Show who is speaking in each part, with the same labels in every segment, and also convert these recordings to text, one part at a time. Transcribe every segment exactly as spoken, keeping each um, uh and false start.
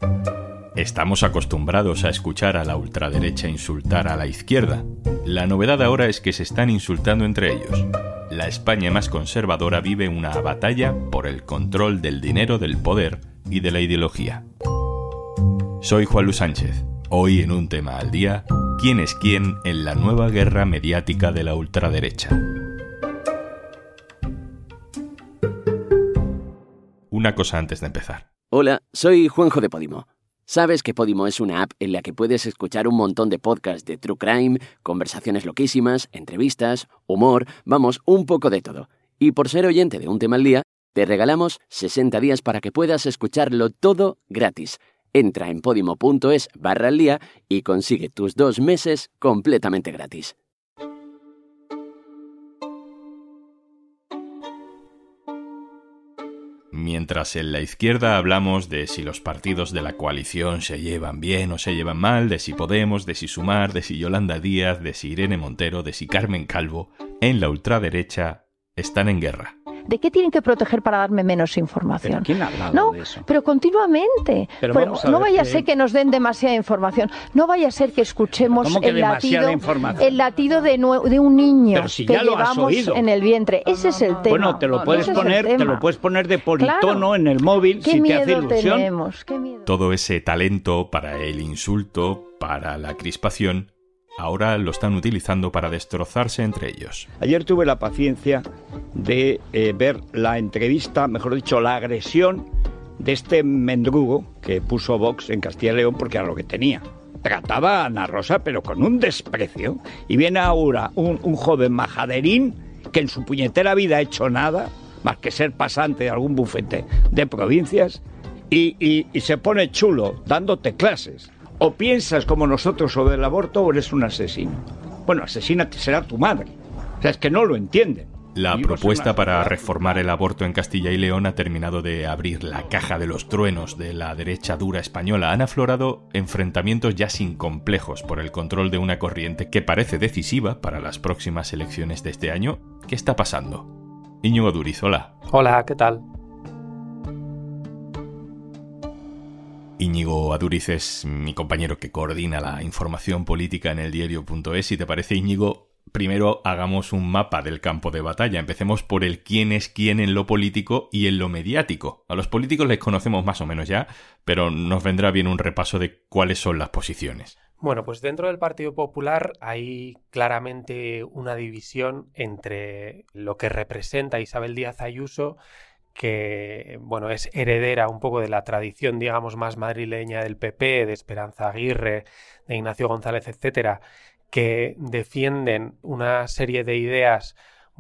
Speaker 1: Estamos acostumbrados a escuchar a la ultraderecha insultar a la izquierda. La novedad ahora es que se están insultando entre ellos. La España más conservadora vive una batalla por el control del dinero, del poder y de la ideología. Soy Juan Luis Sánchez. Hoy en Un Tema al Día, ¿quién es quién en la nueva guerra mediática de la ultraderecha? Una cosa antes de empezar.
Speaker 2: Hola, soy Juanjo de Podimo. ¿Sabes que Podimo es una app en la que puedes escuchar un montón de podcasts de true crime, conversaciones loquísimas, entrevistas, humor, vamos, un poco de todo? Y por ser oyente de Un Tema al Día, te regalamos sesenta días para que puedas escucharlo todo gratis. Entra en podimo.es barra al día y consigue tus dos meses completamente gratis.
Speaker 1: Mientras en la izquierda hablamos de si los partidos de la coalición se llevan bien o se llevan mal, de si Podemos, de si Sumar, de si Yolanda Díaz, de si Irene Montero, de si Carmen Calvo, en la ultraderecha están en guerra.
Speaker 3: ¿De qué tienen que proteger para darme menos información?
Speaker 4: ¿Pero quién ha hablado
Speaker 3: no,
Speaker 4: de eso?
Speaker 3: pero continuamente.
Speaker 4: Pero
Speaker 3: pero
Speaker 4: vamos a
Speaker 3: no
Speaker 4: ver
Speaker 3: vaya a
Speaker 4: que...
Speaker 3: ser que nos den demasiada información. No vaya a ser que escuchemos
Speaker 4: ¿Cómo que
Speaker 3: el latido,
Speaker 4: información?
Speaker 3: el latido de, nue- de un niño
Speaker 4: Pero si
Speaker 3: que
Speaker 4: ya lo has
Speaker 3: llevamos
Speaker 4: oído.
Speaker 3: en el vientre. Ese es el tema.
Speaker 4: Bueno, te lo puedes
Speaker 3: Ese es el
Speaker 4: poner, te
Speaker 3: tema.
Speaker 4: lo puedes poner de politono
Speaker 3: Claro.
Speaker 4: en el móvil
Speaker 3: ¿Qué
Speaker 4: si te hace
Speaker 3: miedo
Speaker 4: ilusión.
Speaker 3: tenemos? ¿Qué miedo?
Speaker 1: Todo ese talento para el insulto, para la crispación, ahora lo están utilizando para destrozarse entre ellos.
Speaker 4: Ayer tuve la paciencia de eh, ver la entrevista, mejor dicho, la agresión de este mendrugo que puso Vox en Castilla y León porque era lo que tenía. Trataba a Ana Rosa, pero con un desprecio. Y viene ahora un, un joven majaderín que en su puñetera vida ha hecho nada, más que ser pasante de algún bufete de provincias, y, y, y se pone chulo dándote clases. O piensas como nosotros sobre el aborto o eres un asesino. Bueno, asesina será tu madre. O sea, es que no lo entienden.
Speaker 1: La
Speaker 4: Vivimos
Speaker 1: propuesta
Speaker 4: en una
Speaker 1: para
Speaker 4: sociedad.
Speaker 1: reformar el aborto en Castilla y León ha terminado de abrir la caja de los truenos de la derecha dura española. Han aflorado enfrentamientos ya sin complejos por el control de una corriente que parece decisiva para las próximas elecciones de este año. ¿Qué está pasando? Íñigo Duriz, hola.
Speaker 5: Hola, ¿qué tal?
Speaker 1: Íñigo Aduriz es mi compañero que coordina la información política en el diario punto es. Si te parece, Íñigo, primero hagamos un mapa del campo de batalla. Empecemos por el quién es quién en lo político y en lo mediático. A los políticos les conocemos más o menos ya, pero nos vendrá bien un repaso de cuáles son las posiciones.
Speaker 5: Bueno, pues dentro del Partido Popular hay claramente una división entre lo que representa Isabel Díaz Ayuso, que bueno, es heredera un poco de la tradición, digamos, más madrileña del P P, de Esperanza Aguirre, de Ignacio González, etcétera, que defienden una serie de ideas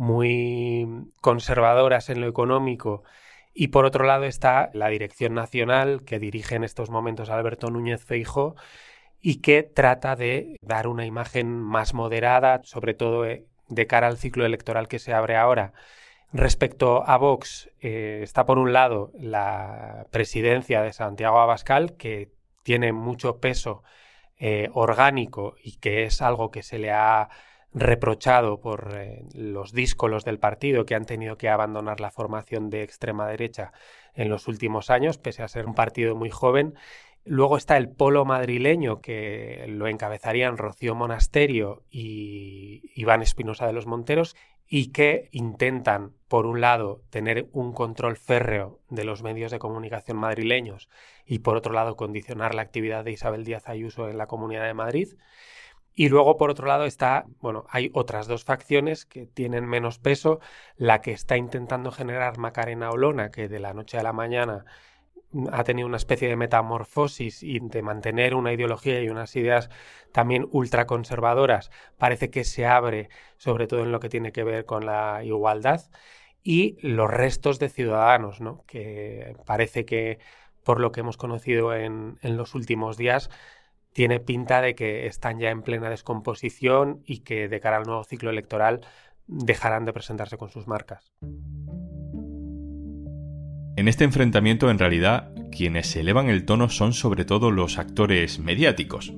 Speaker 5: muy conservadoras en lo económico, y por otro lado está la dirección nacional que dirige en estos momentos Alberto Núñez Feijóo y que trata de dar una imagen más moderada, sobre todo de cara al ciclo electoral que se abre ahora. Respecto a Vox, eh, está por un lado la presidencia de Santiago Abascal, que tiene mucho peso eh, orgánico y que es algo que se le ha reprochado por eh, los díscolos del partido, que han tenido que abandonar la formación de extrema derecha en los últimos años, pese a ser un partido muy joven. Luego está el polo madrileño, que lo encabezarían Rocío Monasterio y Iván Espinosa de los Monteros, y que intentan, por un lado, tener un control férreo de los medios de comunicación madrileños y, por otro lado, condicionar la actividad de Isabel Díaz Ayuso en la Comunidad de Madrid. Y luego, por otro lado, está, bueno, hay otras dos facciones que tienen menos peso. La que está intentando generar Macarena Olona, que de la noche a la mañana ha tenido una especie de metamorfosis y de mantener una ideología y unas ideas también ultraconservadoras, parece que se abre sobre todo en lo que tiene que ver con la igualdad, y los restos de Ciudadanos, ¿no? Que parece que, por lo que hemos conocido en, en los últimos días, tiene pinta de que están ya en plena descomposición y que de cara al nuevo ciclo electoral dejarán de presentarse con sus marcas.
Speaker 1: En este enfrentamiento, en realidad, quienes se elevan el tono son sobre todo los actores mediáticos.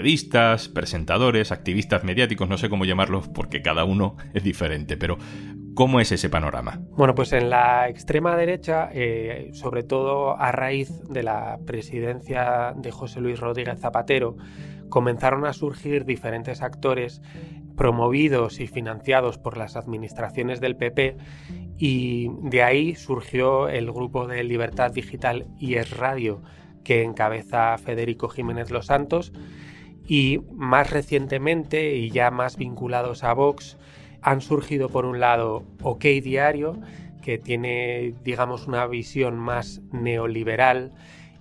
Speaker 1: Periodistas, presentadores, activistas mediáticos, no sé cómo llamarlos porque cada uno es diferente, pero ¿Cómo es ese panorama?
Speaker 5: Bueno, pues en la extrema derecha, eh, sobre todo a raíz de la presidencia de José Luis Rodríguez Zapatero, comenzaron a surgir diferentes actores promovidos y financiados por las administraciones del P P, y de ahí surgió el grupo de Libertad Digital y Es Radio, que encabeza Federico Jiménez Los Santos, y más recientemente, y ya más vinculados a Vox, han surgido por un lado OK Diario, que tiene, digamos, una visión más neoliberal,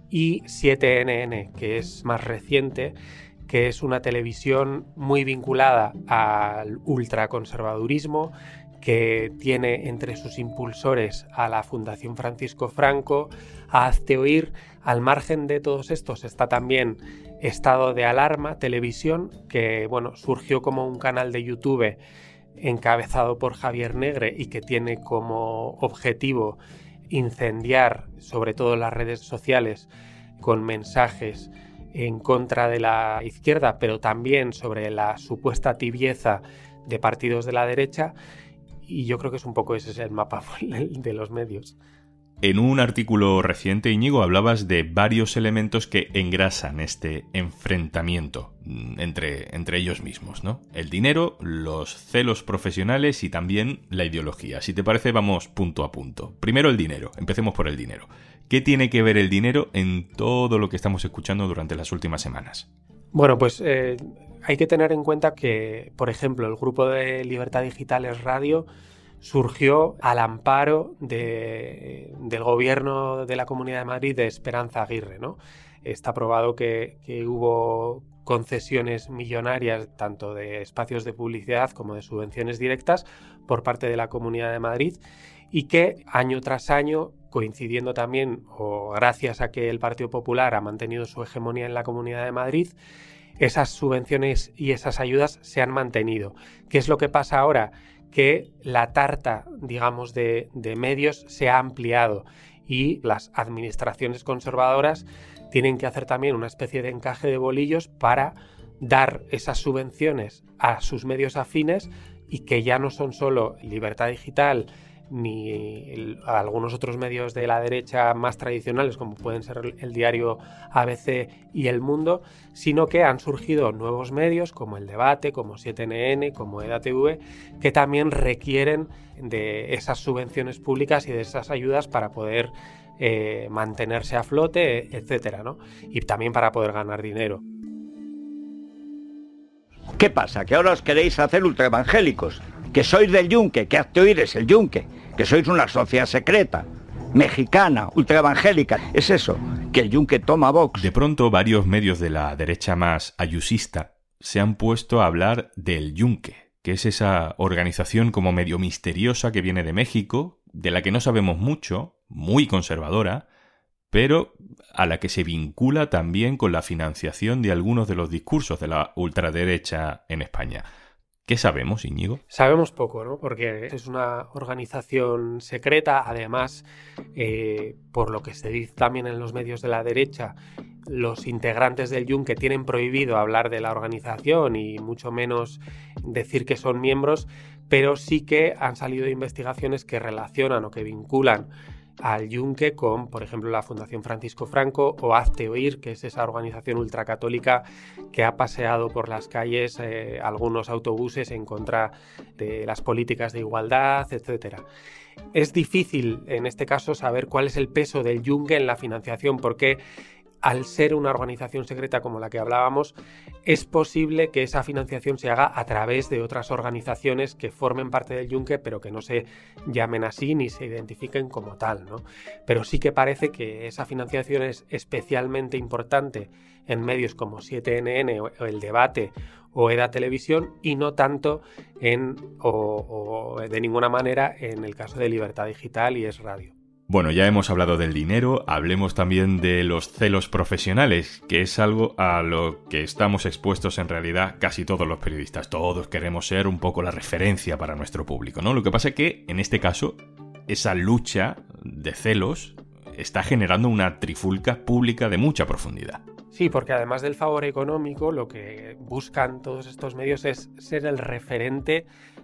Speaker 5: y siete N N, que es más reciente, que es una televisión muy vinculada al ultraconservadurismo, que tiene entre sus impulsores a la Fundación Francisco Franco, a Hazte Oír. Al margen de todos estos está también Estado de Alarma Televisión, que bueno, surgió como un canal de YouTube encabezado por Javier Negre y que tiene como objetivo incendiar sobre todo las redes sociales con mensajes en contra de la izquierda, pero también sobre la supuesta tibieza de partidos de la derecha, y yo creo que es un poco ese es el mapa de los medios.
Speaker 1: En un artículo reciente, Íñigo, hablabas de varios elementos que engrasan este enfrentamiento entre, entre ellos mismos, ¿no? El dinero, los celos profesionales y también la ideología. Si te parece, vamos punto a punto. Primero el dinero, empecemos por el dinero. ¿Qué tiene que ver el dinero en todo lo que estamos escuchando durante las últimas semanas?
Speaker 5: Bueno, pues eh, hay que tener en cuenta que, por ejemplo, el grupo de Libertad Digital Es Radio surgió al amparo de, del gobierno de la Comunidad de Madrid de Esperanza Aguirre, ¿no? Está probado que, que hubo concesiones millonarias tanto de espacios de publicidad como de subvenciones directas por parte de la Comunidad de Madrid, y que año tras año, coincidiendo también o gracias a que el Partido Popular ha mantenido su hegemonía en la Comunidad de Madrid, esas subvenciones y esas ayudas se han mantenido. ¿Qué es lo que pasa ahora? Que la tarta, digamos, de, de medios se ha ampliado y las administraciones conservadoras tienen que hacer también una especie de encaje de bolillos para dar esas subvenciones a sus medios afines, y que ya no son solo Libertad Digital ni el, algunos otros medios de la derecha más tradicionales como pueden ser el, el diario A B C y El Mundo, sino que han surgido nuevos medios como El Debate, como siete N N, como EDATV, que también requieren de esas subvenciones públicas y de esas ayudas para poder eh, mantenerse a flote, etcétera, ¿no? Y también para poder ganar dinero.
Speaker 4: ¿Qué pasa? ¿Que ahora os queréis hacer ultraevangélicos? ¿Que sois del Yunque? ¿Que Hazte Oír es el Yunque? ¿Que sois una sociedad secreta, mexicana, ultraevangélica? Es eso, que el Yunque toma Vox.
Speaker 1: De pronto, varios medios de la derecha más ayusista se han puesto a hablar del Yunque, que es esa organización como medio misteriosa que viene de México, de la que no sabemos mucho, muy conservadora, pero a la que se vincula también con la financiación de algunos de los discursos de la ultraderecha en España. ¿Qué sabemos, Íñigo?
Speaker 5: Sabemos poco, ¿no? Porque es una organización secreta. Además, eh, por lo que se dice también en los medios de la derecha, los integrantes del Yunque tienen prohibido hablar de la organización y mucho menos decir que son miembros, pero sí que han salido investigaciones que relacionan o que vinculan al Yunque con, por ejemplo, la Fundación Francisco Franco o Hazte Oír, que es esa organización ultracatólica que ha paseado por las calles eh, algunos autobuses en contra de las políticas de igualdad, etcétera. Es difícil, en este caso, saber cuál es el peso del Yunque en la financiación, porque al ser una organización secreta como la que hablábamos, es posible que esa financiación se haga a través de otras organizaciones que formen parte del Yunque, pero que no se llamen así ni se identifiquen como tal, ¿no? Pero sí que parece que esa financiación es especialmente importante en medios como siete N N o El Debate o EDA Televisión, y no tanto en o, o de ninguna manera en el caso de Libertad Digital y Es Radio.
Speaker 1: Bueno, ya hemos hablado del dinero, hablemos también de los celos profesionales, que es algo a lo que estamos expuestos en realidad casi todos los periodistas. Todos queremos ser un poco la referencia para nuestro público, ¿no? Lo que pasa es que, en este caso, esa lucha de celos está generando una trifulca pública de mucha profundidad.
Speaker 5: Sí, porque además del favor económico, lo que buscan todos estos medios es ser el referente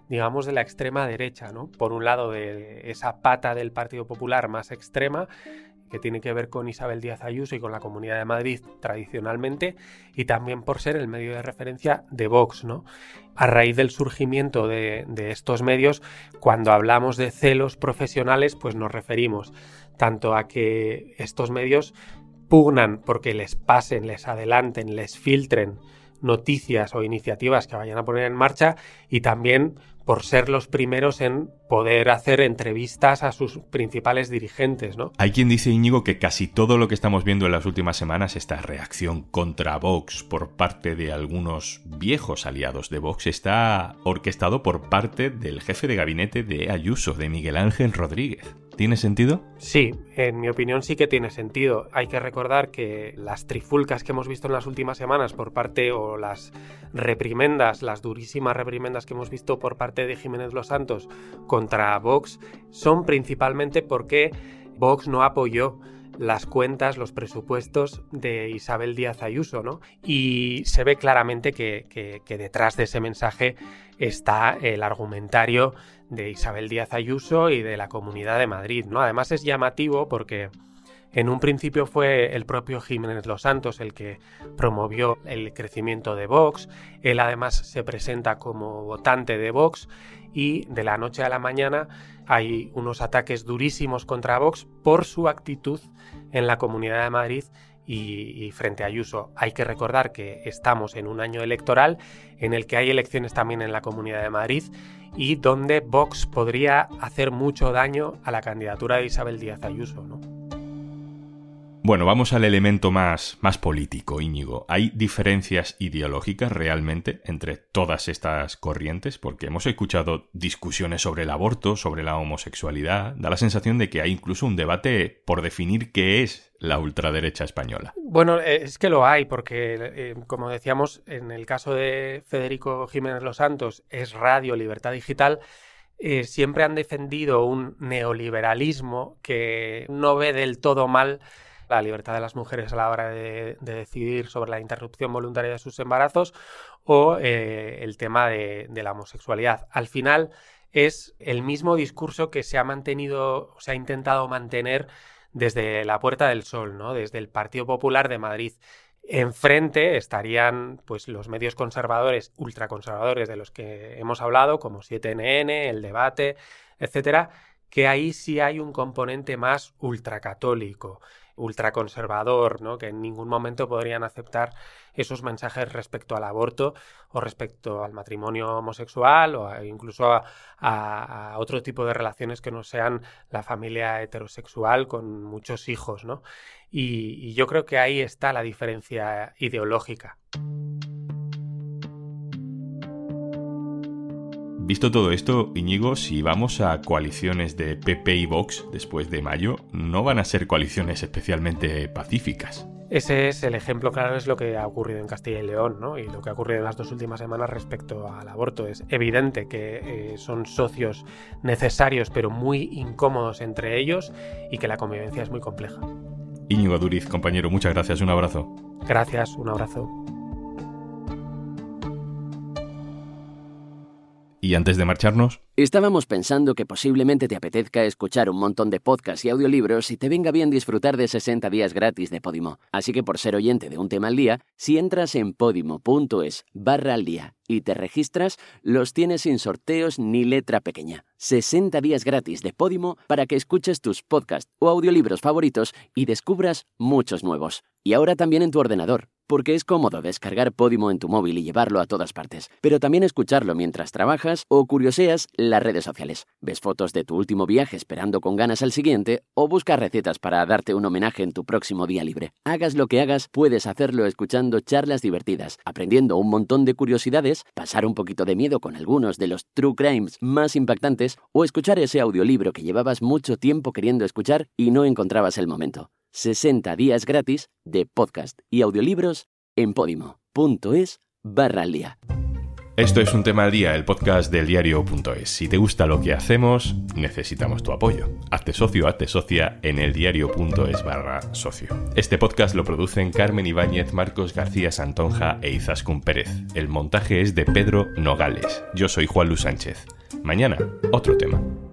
Speaker 5: digamos, de la extrema derecha, ¿no? Por un lado, de esa pata del Partido Popular más extrema, que tiene que ver con Isabel Díaz Ayuso y con la Comunidad de Madrid tradicionalmente, y también por ser el medio de referencia de Vox, ¿no? A raíz del surgimiento de, de estos medios, cuando hablamos de celos profesionales, pues nos referimos tanto a que estos medios pugnan porque les pasen, les adelanten, les filtren noticias o iniciativas que vayan a poner en marcha, y también por ser los primeros en poder hacer entrevistas a sus principales dirigentes, ¿no?
Speaker 1: Hay quien dice, Íñigo, que casi todo lo que estamos viendo en las últimas semanas, esta reacción contra Vox por parte de algunos viejos aliados de Vox, está orquestado por parte del jefe de gabinete de Ayuso, de Miguel Ángel Rodríguez. ¿Tiene sentido?
Speaker 5: Sí, en mi opinión sí que tiene sentido. Hay que recordar que las trifulcas que hemos visto en las últimas semanas por parte, o las reprimendas, las durísimas reprimendas que hemos visto por parte de Jiménez Los Santos contra Vox, son principalmente porque Vox no apoyó las cuentas, los presupuestos de Isabel Díaz Ayuso, ¿no? Y se ve claramente que, que, que detrás de ese mensaje está el argumentario de Isabel Díaz Ayuso y de la Comunidad de Madrid, ¿no? Además es llamativo porque en un principio fue el propio Jiménez Los Santos el que promovió el crecimiento de Vox. Él además se presenta como votante de Vox, y de la noche a la mañana hay unos ataques durísimos contra Vox por su actitud en la Comunidad de Madrid y, y frente a Ayuso. Hay que recordar que estamos en un año electoral en el que hay elecciones también en la Comunidad de Madrid, y donde Vox podría hacer mucho daño a la candidatura de Isabel Díaz Ayuso, ¿no?
Speaker 1: Bueno, vamos al elemento más, más político, Íñigo. ¿Hay diferencias ideológicas realmente entre todas estas corrientes? Porque hemos escuchado discusiones sobre el aborto, sobre la homosexualidad. Da la sensación de que hay incluso un debate por definir qué es la ultraderecha española.
Speaker 5: Bueno, es que lo hay, porque, eh, como decíamos, en el caso de Federico Jiménez Los Santos, Es Radio, Libertad Digital, eh, siempre han defendido un neoliberalismo que no ve del todo mal la libertad de las mujeres a la hora de, de decidir sobre la interrupción voluntaria de sus embarazos, o eh, el tema de, de la homosexualidad. Al final es el mismo discurso que se ha mantenido, se ha intentado mantener desde la Puerta del Sol, ¿no? Desde el Partido Popular de Madrid. Enfrente estarían pues los medios conservadores, ultraconservadores de los que hemos hablado, como siete ene ene, El Debate, etcétera, que ahí sí hay un componente más ultracatólico, ultraconservador, ¿no? Que en ningún momento podrían aceptar esos mensajes respecto al aborto o respecto al matrimonio homosexual, o a, incluso a, a, a otro tipo de relaciones que no sean la familia heterosexual con muchos hijos, ¿no? Y, y yo creo que ahí está la diferencia ideológica.
Speaker 1: Visto todo esto, Íñigo, si vamos a coaliciones de Pe Pe y Vox después de mayo, no van a ser coaliciones especialmente pacíficas.
Speaker 5: Ese es el ejemplo claro, es lo que ha ocurrido en Castilla y León, ¿no? Y lo que ha ocurrido en las dos últimas semanas respecto al aborto. Es evidente que eh, son socios necesarios pero muy incómodos entre ellos, y que la convivencia es muy compleja.
Speaker 1: Íñigo Duriz, compañero, muchas gracias, un abrazo.
Speaker 5: Gracias, un abrazo.
Speaker 1: Y antes de marcharnos...
Speaker 2: Estábamos pensando que posiblemente te apetezca escuchar un montón de podcasts y audiolibros y te venga bien disfrutar de sesenta días gratis de Podimo. Así que por ser oyente de Un Tema al Día, si entras en podimo.es barra al día y te registras, los tienes sin sorteos ni letra pequeña. sesenta días gratis de Podimo para que escuches tus podcasts o audiolibros favoritos y descubras muchos nuevos. Y ahora también en tu ordenador, porque es cómodo descargar Podimo en tu móvil y llevarlo a todas partes, pero también escucharlo mientras trabajas o curioseas las redes sociales. Ves fotos de tu último viaje esperando con ganas al siguiente, o buscas recetas para darte un homenaje en tu próximo día libre. Hagas lo que hagas, puedes hacerlo escuchando charlas divertidas, aprendiendo un montón de curiosidades, pasar un poquito de miedo con algunos de los true crimes más impactantes, o escuchar ese audiolibro que llevabas mucho tiempo queriendo escuchar y no encontrabas el momento. sesenta días gratis de podcast y audiolibros en podimo.es barra al día.
Speaker 1: Esto es Un Tema al Día, el podcast del diario punto es. Si te gusta lo que hacemos, necesitamos tu apoyo. Hazte socio, hazte socia en eldiario.es barra socio. Este podcast lo producen Carmen Ibáñez, Marcos García Santonja e Izaskun Pérez. El montaje es de Pedro Nogales. Yo soy Juan Luis Sánchez. Mañana, otro tema.